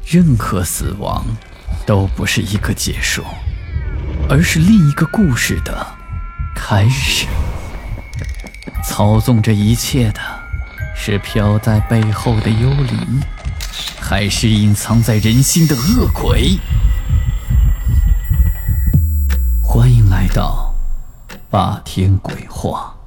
任何死亡都不是一个结束，而是另一个故事的开始。操纵这一切的是飘在背后的幽灵，还是隐藏在人心的恶鬼？欢迎来到霸天鬼话。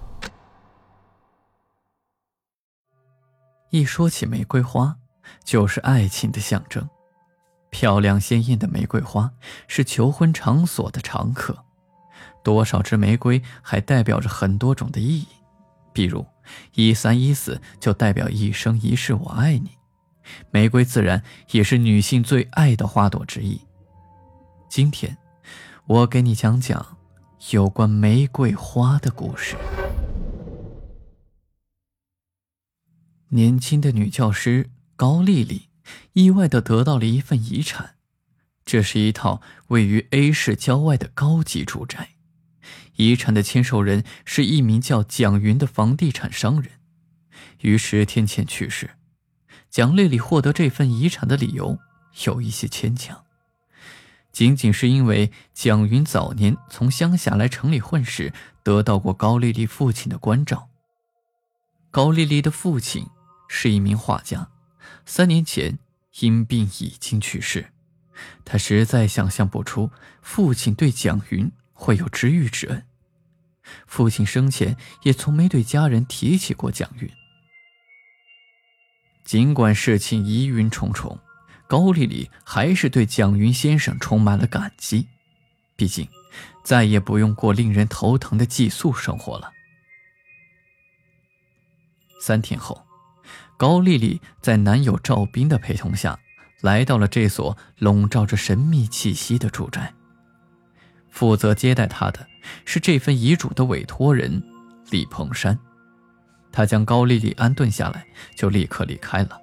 一说起玫瑰花，就是爱情的象征。漂亮鲜艳的玫瑰花是求婚场所的常客，多少支玫瑰还代表着很多种的意义。比如1314就代表一生一世我爱你，玫瑰自然也是女性最爱的花朵之一。今天我给你讲讲有关玫瑰花的故事。年轻的女教师高丽丽意外地得到了一份遗产，这是一套位于 A 市郊外的高级住宅。遗产的签收人是一名叫蒋云的房地产商人，于10天前去世。蒋丽丽获得这份遗产的理由有一些牵强，仅仅是因为蒋云早年从乡下来城里混时，得到过高丽丽父亲的关照。高丽丽的父亲是一名画家，3年前因病已经去世。他实在想象不出父亲对蒋云会有知遇之恩，父亲生前也从没对家人提起过蒋云。尽管事情疑云重重，高丽丽还是对蒋云先生充满了感激，毕竟再也不用过令人头疼的寄宿生活了。3天后，高丽丽在男友赵斌的陪同下来到了这所笼罩着神秘气息的住宅。负责接待她的是这份遗嘱的委托人李鹏山。他将高丽丽安顿下来，就立刻离开了。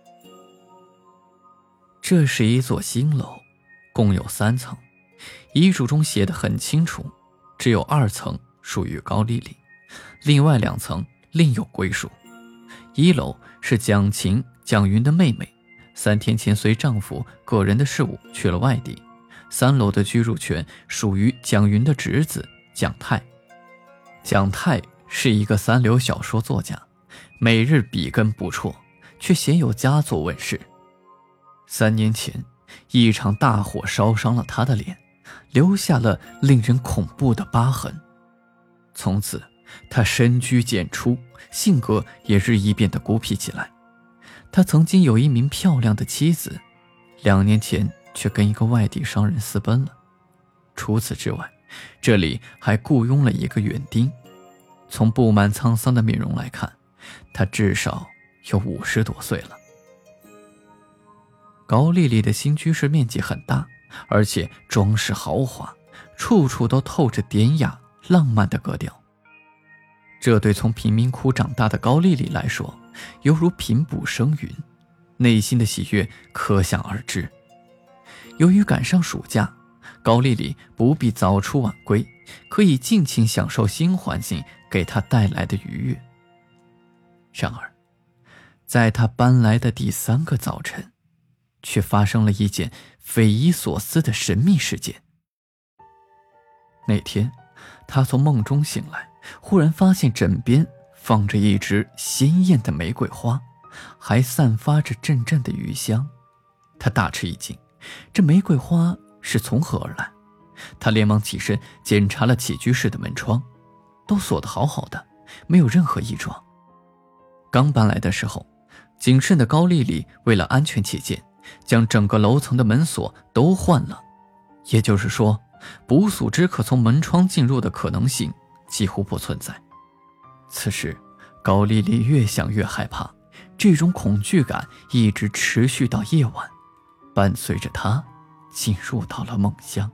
这是一座新楼，共有3层，遗嘱中写得很清楚，只有2层属于高丽丽，另外2层另有归属。1楼是蒋琴、蒋云的妹妹，3天前随丈夫个人的事务去了外地。3楼的居住权属于蒋云的侄子蒋泰。蒋泰是一个3流小说作家，每日笔耕不辍，却鲜有佳作问世。3年前，一场大火烧伤了他的脸，留下了令人恐怖的疤痕。从此他深居简出，性格也日益变得孤僻起来。他曾经有一名漂亮的妻子，2年前却跟一个外地商人私奔了。除此之外，这里还雇佣了一个园丁。从布满沧桑的面容来看，他至少有50多岁了。高丽丽的新居室面积很大，而且装饰豪华，处处都透着典雅浪漫的格调。这对从贫民窟长大的高丽丽来说，犹如平步升云，内心的喜悦可想而知。由于赶上暑假，高丽丽不必早出晚归，可以尽情享受新环境给她带来的愉悦。然而，在她搬来的第3个早晨，却发生了一件匪夷所思的神秘事件。那天，她从梦中醒来，忽然发现枕边放着一支鲜艳的玫瑰花，还散发着阵阵的余香。她大吃一惊，这玫瑰花是从何而来？她连忙起身检查了起居室的门窗，都锁得好好的，没有任何异状。刚搬来的时候，谨慎的高丽丽为了安全起见，将整个楼层的门锁都换了，也就是说，不速之客从门窗进入的可能性几乎不存在。此时，高丽丽越想越害怕，这种恐惧感一直持续到夜晚，伴随着她进入到了梦乡。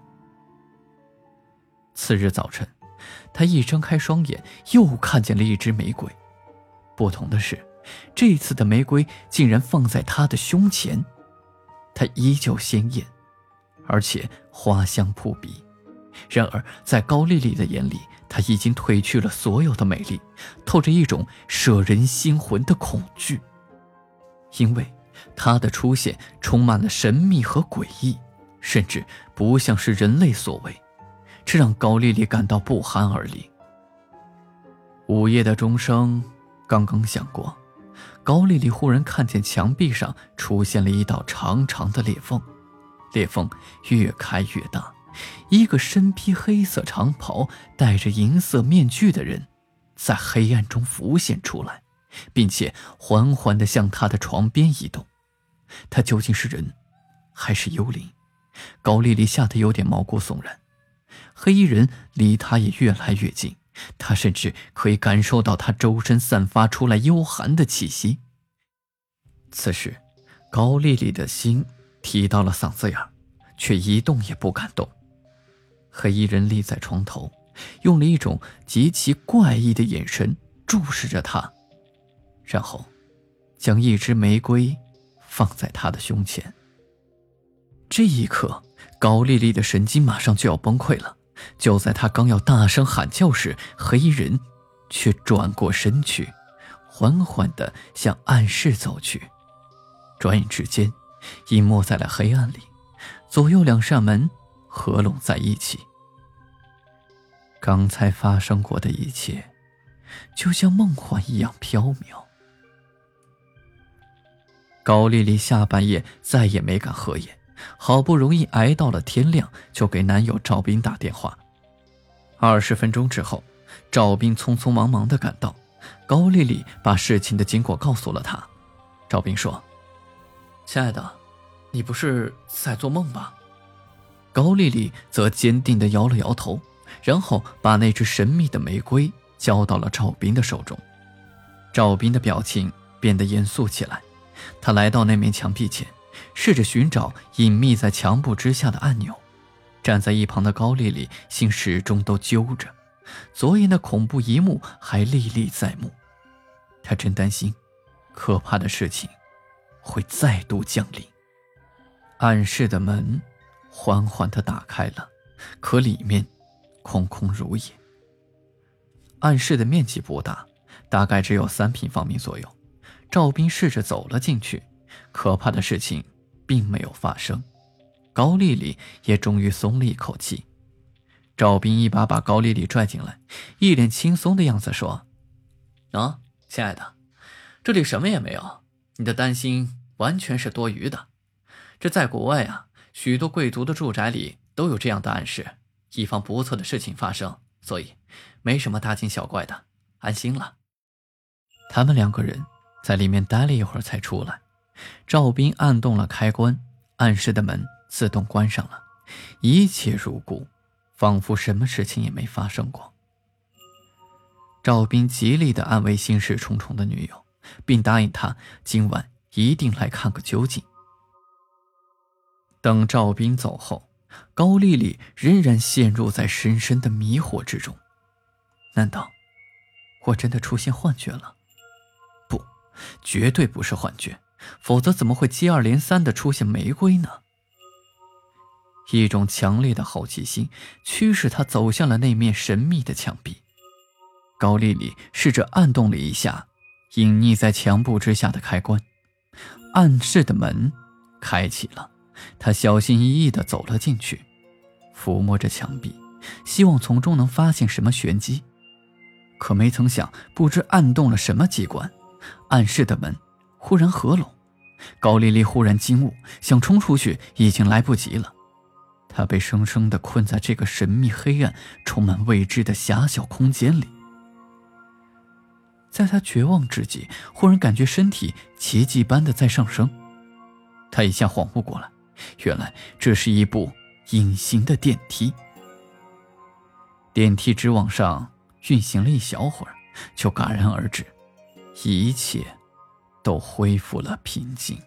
次日早晨，她一睁开双眼，又看见了一支玫瑰。不同的是，这次的玫瑰竟然放在她的胸前。它依旧鲜艳，而且花香扑鼻。然而在高丽丽的眼里，她已经褪去了所有的美丽，透着一种摄人心魂的恐惧。因为他的出现充满了神秘和诡异，甚至不像是人类所为，这让高丽丽感到不寒而栗。午夜的钟声刚刚响过，高丽丽忽然看见墙壁上出现了一道长长的裂缝，裂缝越开越大，一个身披黑色长袍、戴着银色面具的人在黑暗中浮现出来，并且缓缓地向他的床边移动。他究竟是人还是幽灵？高丽丽吓得有点毛骨悚然。黑衣人离她也越来越近，她甚至可以感受到他周身散发出来幽寒的气息。此时高丽丽的心提到了嗓子眼，却一动也不敢动。黑衣人立在床头，用了一种极其怪异的眼神注视着她，然后将一支玫瑰放在她的胸前。这一刻，高丽丽的神经马上就要崩溃了。就在她刚要大声喊叫时，黑衣人却转过身去，缓缓地向暗室走去。转眼之间，隐没在了黑暗里，左右两扇门合拢在一起。刚才发生过的一切，就像梦幻一样飘渺。高丽丽下半夜再也没敢合眼，好不容易挨到了天亮，就给男友赵斌打电话。20分钟之后，赵斌匆匆忙忙地赶到，高丽丽把事情的经过告诉了他。赵斌说：“亲爱的，你不是在做梦吧？”高丽丽则坚定地摇了摇头，然后把那只神秘的玫瑰交到了赵斌的手中。赵斌的表情变得严肃起来，他来到那面墙壁前，试着寻找隐秘在墙布之下的按钮。站在一旁的高丽丽心始终都揪着，昨夜的恐怖一幕还历历在目。她真担心可怕的事情会再度降临。暗室的门缓缓地打开了，可里面空空如也。暗室的面积不大，大概只有3平方米左右。赵斌试着走了进去，可怕的事情并没有发生。高丽丽也终于松了一口气。赵斌一把把高丽丽拽进来，一脸轻松的样子说：“亲爱的，这里什么也没有，你的担心完全是多余的。这在国外啊，许多贵族的住宅里都有这样的暗室，以防不测的事情发生，所以没什么大惊小怪的，安心了。”他们2个人在里面待了一会儿才出来。赵斌按动了开关，暗室的门自动关上了，一切如故，仿佛什么事情也没发生过。赵斌极力地安慰心事重重的女友，并答应她今晚一定来看个究竟。等赵斌走后，高丽丽仍然陷入在深深的迷惑之中。难道我真的出现幻觉了？不，绝对不是幻觉，否则怎么会接二连三地出现玫瑰呢？一种强烈的好奇心驱使他走向了那面神秘的墙壁。高丽丽试着按动了一下隐匿在墙布之下的开关，暗室的门开启了。她小心翼翼地走了进去，抚摸着墙壁，希望从中能发现什么玄机。可没曾想，不知按动了什么机关，暗室的门忽然合拢。高丽丽忽然惊悟，想冲出去已经来不及了。她被生生地困在这个神秘黑暗充满未知的狭小空间里。在她绝望之际，忽然感觉身体奇迹般的在上升。她一下恍惚过来，原来这是一部隐形的电梯。电梯只往上运行了一小会儿，就戛然而止，一切都恢复了平静。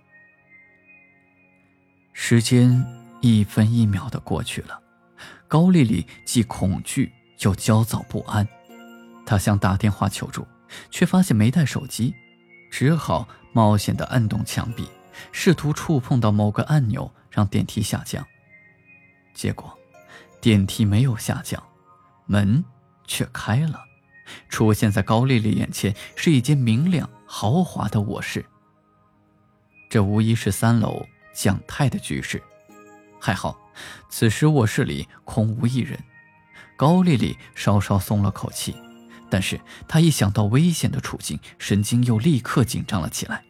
时间1分1秒的过去了，高丽丽既恐惧又焦躁不安。她想打电话求助，却发现没带手机，只好冒险地按动墙壁，试图触碰到某个按钮让电梯下降。结果电梯没有下降，门却开了。出现在高丽丽眼前是一间明亮豪华的卧室。 这无疑是3楼蒋太的居室。还好，此时卧室里空无一人。高丽丽稍稍松了口气，但是她一想到危险的处境，神经又立刻紧张了起来。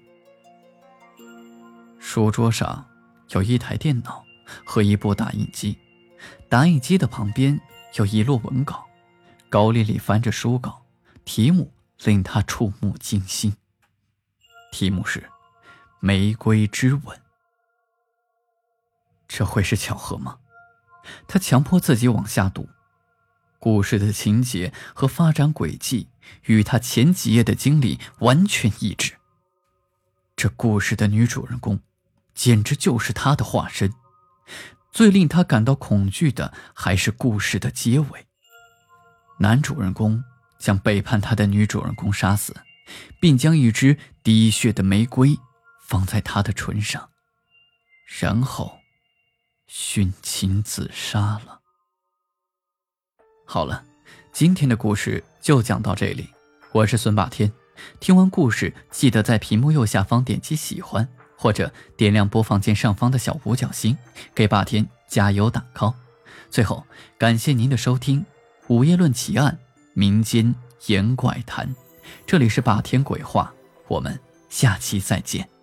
书桌上有一台电脑和一部打印机，打印机的旁边有一摞文稿。高丽丽翻着书稿，题目令她触目惊心。题目是《玫瑰之吻》。这会是巧合吗？她强迫自己往下读，故事的情节和发展轨迹与她前几页的经历完全一致。这故事的女主人公简直就是她的化身。最令她感到恐惧的还是故事的结尾。男主人公将背叛他的女主人公杀死，并将一支滴血的玫瑰放在她的唇上，然后殉情自杀了。好了，今天的故事就讲到这里，我是孙霸天。听完故事，记得在屏幕右下方点击喜欢，或者点亮播放键上方的小五角星，给霸天加油打 call。最后，感谢您的收听，午夜论奇案，民间言怪谈，这里是霸天鬼话，我们下期再见。